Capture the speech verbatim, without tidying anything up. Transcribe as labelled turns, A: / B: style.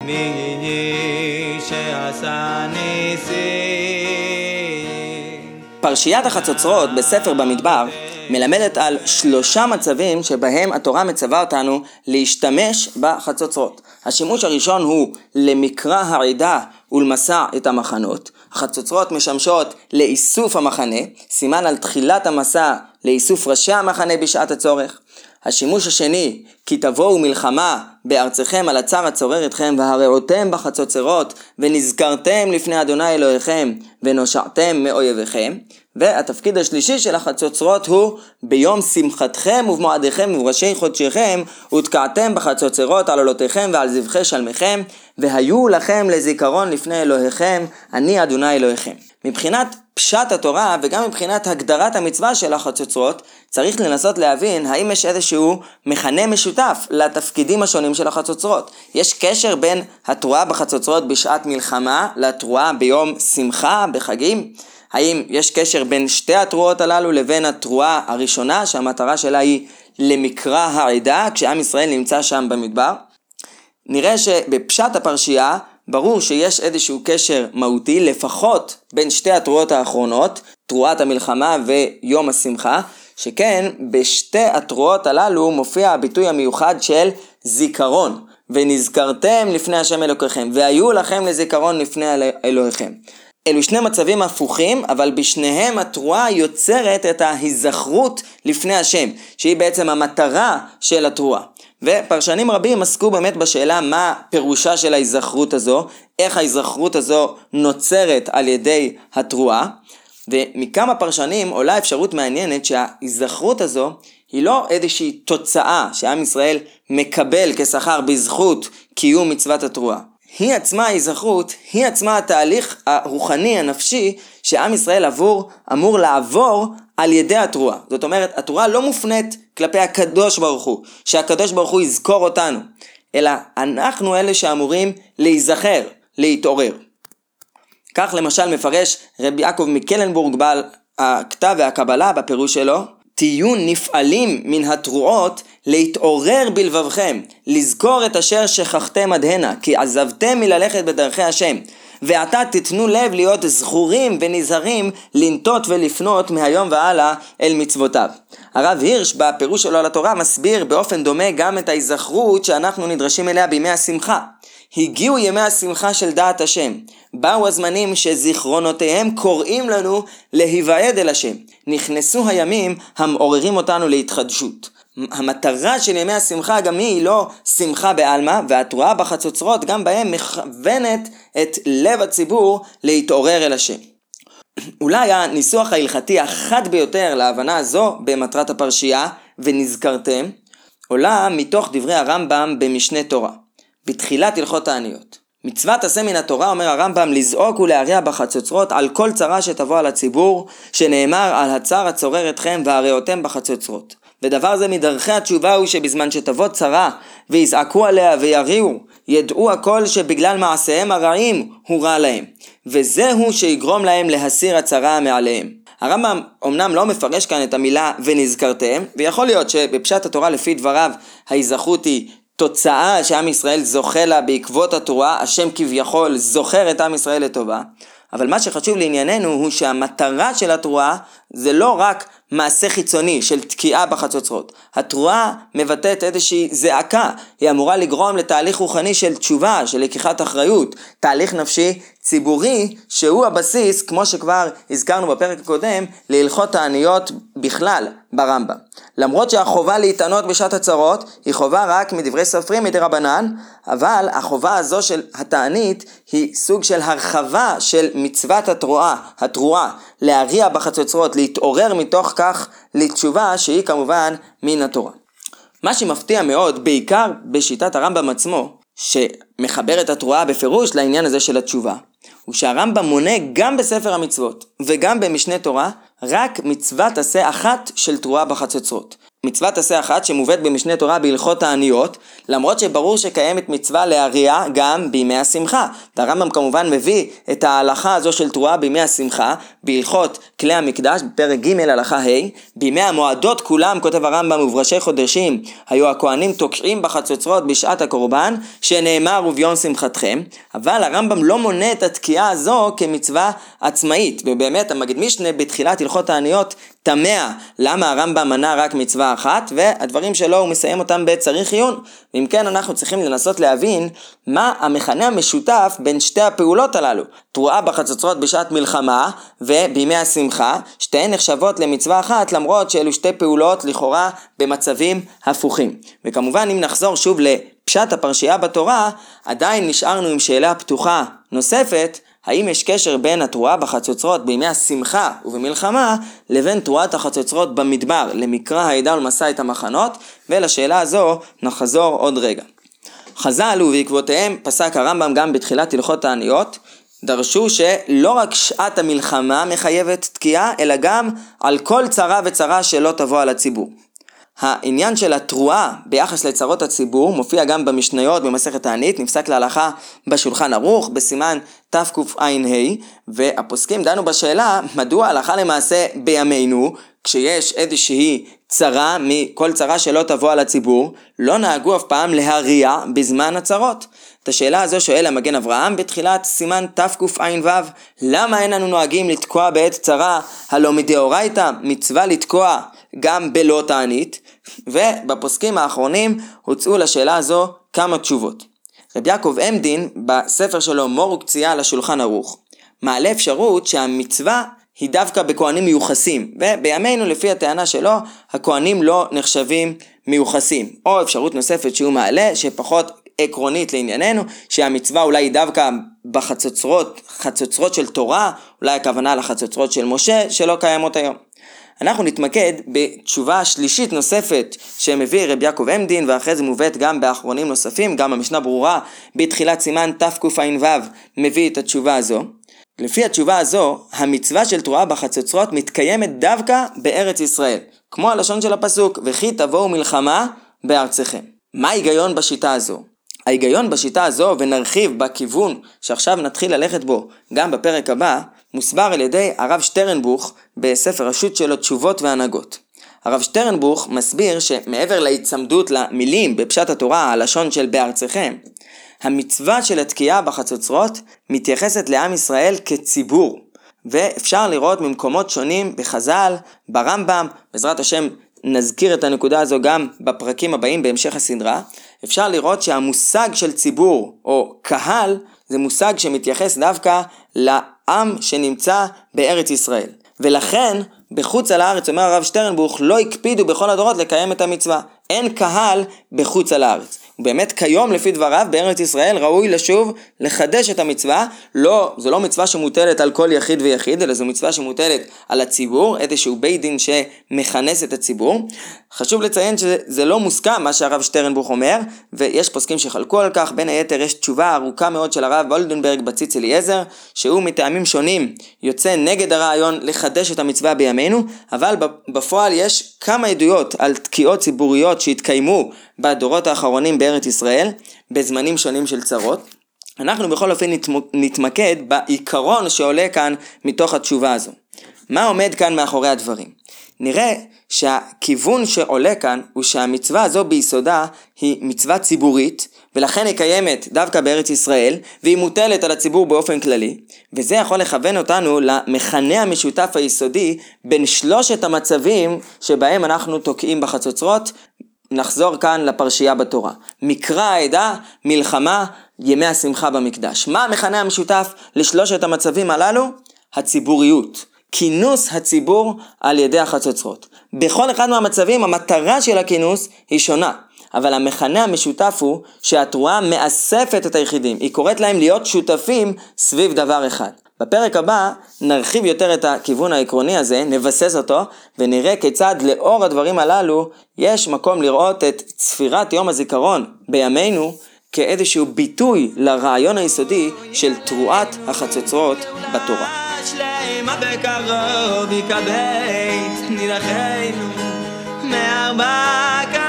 A: מי יהי שעשה ניסים.
B: פרשיית החצוצרות בספר במדבר מלמדת על שלושה מצבים שבהם התורה מצווה אותנו להשתמש בחצוצרות. השימוש הראשון הוא למקרא העדה ולמסע את המחנות. החצוצרות משמשות לאיסוף המחנה, סימן על תחילת המסע לאיסוף ראשי המחנה בשעת הצורך. השימוש השני, כי תבואו מלחמה בארצכם על הצר הצורר אתכם והרעותם בחצוצרות ונזכרתם לפני אדוני אלוהיכם ונושעתם מאויביכם. והתפקיד השלישי של החצוצרות הוא ביום שמחתכם ובמועדיכם ובראשי חודשיכם ותקעתם בחצוצרות על עולותיכם ועל זבחי שלמיכם והיו לכם לזיכרון לפני אלוהיכם אני אדוני אלוהיכם. מבחינת פשט התורה וגם מבחינת הגדרת המצווה של החצוצרות צריך לנסות להבין האם יש איזשהו מכנה משותף לתפקידים השונים של החצוצרות. יש קשר בין התרועה בחצוצרות בשעת מלחמה לתרועה ביום שמחה בחגים? האם יש קשר בין שתי התרועות הללו לבין התרועה הראשונה שהמטרה שלה היא למקרא העדה כשעם ישראל נמצא שם במדבר? נראה שבפשט הפרשייה ברור שיש איזשהו קשר מהותי לפחות בין שתי התרועות האחרונות, תרועת המלחמה ויום השמחה, שכן בשתי התרועות הללו מופיע הביטוי המיוחד של זיכרון, ונזכרתם לפני השם אלוהיכם, והיו לכם לזיכרון לפני אלוהיכם. אלו שני מצבים הפוכים, אבל בשניהם התרועה יוצרת את ההיזכרות לפני השם, שהיא בעצם המטרה של התרועה. ופרשנים רבים עסקו באמת בשאלה מה פירושה של ההיזכרות הזו, איך ההיזכרות הזו נוצרת על ידי התרועה, ומכמה פרשנים עולה אפשרות מעניינת שההיזכרות הזו היא לא איזושהי תוצאה שעם ישראל מקבל כשכר בזכות קיום מצוות התרועה. היא עצמה ההיזכרות, היא עצמה התהליך הרוחני הנפשי שעם ישראל עבור, אמור לעבור על ידי התרועה. זאת אומרת, התרועה לא מופנית כלפי הקדוש ברוך הוא, שהקדוש ברוך הוא יזכור אותנו, אלא אנחנו אלה שאמורים להיזכר, להתעורר. כך למשל מפרש רבי יעקב מקלנבורג בעל הכתב והקבלה בפירוש שלו, תהיו נפעלים מן התרועות להתעורר בלבבכם, לזכור את אשר שכחתם עד הנה, כי עזבתם מללכת בדרכי השם, ועתה תתנו לב להיות זכורים ונזהרים לנטות ולפנות מהיום והלאה אל מצוותיו. הרב הירש בפירוש שלו על התורה מסביר באופן דומה גם את ההיזכרות שאנחנו נדרשים אליה בימי השמחה. הגיעו ימי השמחה של דעת השם, באו הזמנים שזיכרונותיהם קוראים לנו להיוועד אל השם, נכנסו הימים המעוררים אותנו להתחדשות. המטרה של ימי השמחה גם היא לא שמחה בעלמא, והתרועה בחצוצרות גם בהם מכוונת את לב הציבור להתעורר אל השם. אולי הניסוח ההלכתי החד ביותר להבנה הזו במטרת הפרשייה ונזכרתם עולה מתוך דברי הרמב"ם במשנה תורה בתחילת הלכות תעניות. מצוות עשה מן התורה, אומר הרמב"ם, לזעוק ולהריע בחצוצרות על כל צרה שתבוא על הציבור, שנאמר על הצר הצורר אתכם והרעותם בחצוצרות. ודבר זה מדרכי התשובה הוא שבזמן שתבוא צרה ויזעקו עליה ויריעו, ידעו הכל שבגלל מעשיהם הרעים הוא רע להם, וזהו שיגרום להם להסיר הצרה מעליהם. הרמב"ם אמנם לא מפרש כאן את המילה ונזכרתם, ויכול להיות שבפשט התורה לפי דבריו ההיזכרות היא תוצאה שעם ישראל זוכה לה בעקבות התורה, השם כביכול זוכר את עם ישראל לטובה, אבל מה שחשוב לענייננו הוא שהמטרה של התרועה זה לא רק מעשה חיצוני של תקיעה בחצוצרות. התרועה מבטאת איזושהי זעקה, היא אמורה לגרום לתהליך רוחני של תשובה, של לקיחת אחריות, תהליך נפשי ציבורי שהוא הבסיס, כמו שכבר הזכרנו בפרק הקודם, להלכות תעניות בכלל ברמב"ם. למרות שהחובה להתענות בשעת הצרות היא חובה רק מדברי סופרים מדרבנן, אבל החובה הזו של התענית היא סוג של הרחבה של מצוות התרועה, התרועה, להריע בחצוצרות, להתעורר מתוך כך לתשובה שהיא כמובן מן התורה. מה שמפתיע מאוד, בעיקר בשיטת הרמב"ם עצמו, שמחבר את התרועה בפירוש לעניין הזה של התשובה, הוא שהרמב"ם מונה גם בספר המצוות וגם במשנה תורה רק מצוות עשה אחת של תרועה בחצוצרות. מצוות עשה אחת שמובאת במשנה תורה בהלכות העניות, למרות שברור שקיימת מצווה להריע גם בימי השמחה. והרמב"ם כמובן מביא את ההלכה הזו של תרועה בימי השמחה, בהלכות כלי המקדש, בפרק ג' הלכה ה', בימי המועדות כולם, כותב הרמב"ם, ובראשי חודשים, היו הכהנים תוקעים בחצוצרות בשעת הקורבן, שנאמר וביום שמחתכם, אבל הרמב"ם לא מונה את התקיעה הזו כמצווה עצמאית, ובאמת המגיד משנה בתחילת הלכות העניות תמה למה הרמב"ם מנה רק מצווה אחת, והדברים שלו הוא מסיים אותם בצריך עיון. ואם כן אנחנו צריכים לנסות להבין מה המכנה המשותף בין שתי הפעולות הללו. תרועה בחצוצרות בשעת מלחמה ובימי השמחה, שתיהן נחשבות למצווה אחת, למרות שאלו שתי פעולות לכאורה במצבים הפוכים. וכמובן אם נחזור שוב לפשט הפרשייה בתורה, עדיין נשארנו עם שאלה פתוחה נוספת, האם יש קשר בין התרועה בחצוצרות בימי השמחה ובמלחמה לבין תרועת החצוצרות במדבר למקרא העדה ולמסע את המחנות, ולשאלה הזו נחזור עוד רגע. חז"ל ובעקבותיהם פסק הרמב"ם גם בתחילת הלכות העניות, דרשו שלא רק שעת המלחמה מחייבת תקיעה, אלא גם על כל צרה וצרה שלא תבוא על הציבור. העניין של התרועה ביחס לצרות הציבור מופיע גם במשניות במסכת תענית, נפסק להלכה בשולחן ערוך בסימן תקע"ה, והפוסקים דנו בשאלה מדוע הלכה למעשה בימינו, כשיש איזושהי צרה מכל צרה שלא תבוא על הציבור, לא נהגו אף פעם להריע בזמן הצרות. את השאלה הזו שואל המגן אברהם בתחילת סימן תקע"ו, למה אין לנו נוהגים לתקוע בעת צרה, הלא מדאורייתא מצווה לתקוע גם בלא תענית, ובפוסקים האחרונים הוצאו לשאלה הזו כמה תשובות. רבי יעקב עמדין בספר שלו מור וקציעה לשולחן ערוך מעלה אפשרות שהמצווה היא דווקא בכהנים מיוחסים, ובימינו לפי הטענה שלו הכהנים לא נחשבים מיוחסים. או אפשרות נוספת שהוא מעלה שפחות עקרונית לענייננו, שהמצווה אולי היא דווקא בחצוצרות, חצוצרות של תורה, אולי הכוונה לחצוצרות של משה שלא קיימות היום. אנחנו נתמקד בתשובה שלישית נוספת שמביא רבי יעקב עמדין, ואחרי זה מובאת גם באחרונים נוספים, גם המשנה ברורה בתחילת סימן תקע"ו מביא את התשובה הזו. לפי התשובה הזו, המצווה של תרועה בחצוצרות מתקיימת דווקא בארץ ישראל, כמו הלשון של הפסוק, וכי תבואו מלחמה בארצכם. מה ההיגיון בשיטה הזו? ההיגיון בשיטה הזו, ונרחיב בכיוון שעכשיו נתחיל ללכת בו גם בפרק הבא, מוסבר על ידי הרב שטרנבוך בספר השו"ת שלו תשובות והנהגות. הרב שטרנבוך מסביר שמעבר להצמדות למילים בפשט התורה, הלשון של בארצכם, המצווה של התקיעה בחצוצרות מתייחסת לעם ישראל כציבור, ואפשר לראות ממקומות שונים בחז"ל, ברמב"ם, בעזרת השם נזכיר את הנקודה הזו גם בפרקים הבאים בהמשך הסדרה. אפשר לראות שהמושג של ציבור או קהל זה מושג שמתייחס דווקא לעם שנמצא בארץ ישראל, ולכן בחוץ על הארץ, אומר הרב שטרנבוך, לא הקפידו בכל הדורות לקיים את המצווה. אין קהל בחוץ על הארץ. באמת כיום לפי דבריו בארץ ישראל ראוי לשוב לחדש את המצווה. לא, זו לא מצווה שמוטלת על כל יחיד ויחיד, אלא זו מצווה שמוטלת על הציבור, איזשהו בית דין שמכנס את הציבור. חשוב לציין שזה לא מוסכם מה שהרב שטרנבוך אומר, ויש פוסקים שחלקו על כך. בין היתר יש תשובה ארוכה מאוד של הרב ולדנברג בציץ אליעזר, שהוא מטעמים שונים יוצא נגד הרעיון לחדש את המצווה בימינו, אבל בפועל יש כמה עדויות על תקיעות ציבוריות שהתקיימו בדורות האחרונים בארץ ישראל בזמנים שונים של צרות. אנחנו בכל אופן נתמקד בעיקרון שעולה כאן מתוך התשובה הזו. מה עומד כאן מאחורי הדברים? נראה שהכיוון שעולה כאן הוא שהמצווה הזו ביסודה היא מצווה ציבורית, ולכן היא קיימת דווקא בארץ ישראל, והיא מוטלת על הציבור באופן כללי, וזה יכול לכוון אותנו למכנה המשותף היסודי בין שלושת המצבים שבהם אנחנו תוקעים בחצוצרות. נחזור כאן לפרשייה בתורה. מקרא העדה, מלחמה, ימי השמחה במקדש. מה המכנה המשותף לשלושת המצבים הללו? הציבוריות. כינוס הציבור על ידי החצוצרות. בכל אחד מהמצבים המטרה של הכינוס היא שונה, אבל המכנה המשותף הוא שהתרועה מאספת את היחידים. היא קוראת להם להיות שותפים סביב דבר אחד. בפרק הבא נרחיב יותר את הכיוון העקרוני הזה, נבסס אותו, ונראה כיצד לאור הדברים הללו יש מקום לראות את צפירת יום הזיכרון בימינו כאיזשהו ביטוי לרעיון היסודי של תרועת החצוצרות בתורה.
A: שלמה בקרוב יקבץ נידחנו מארבע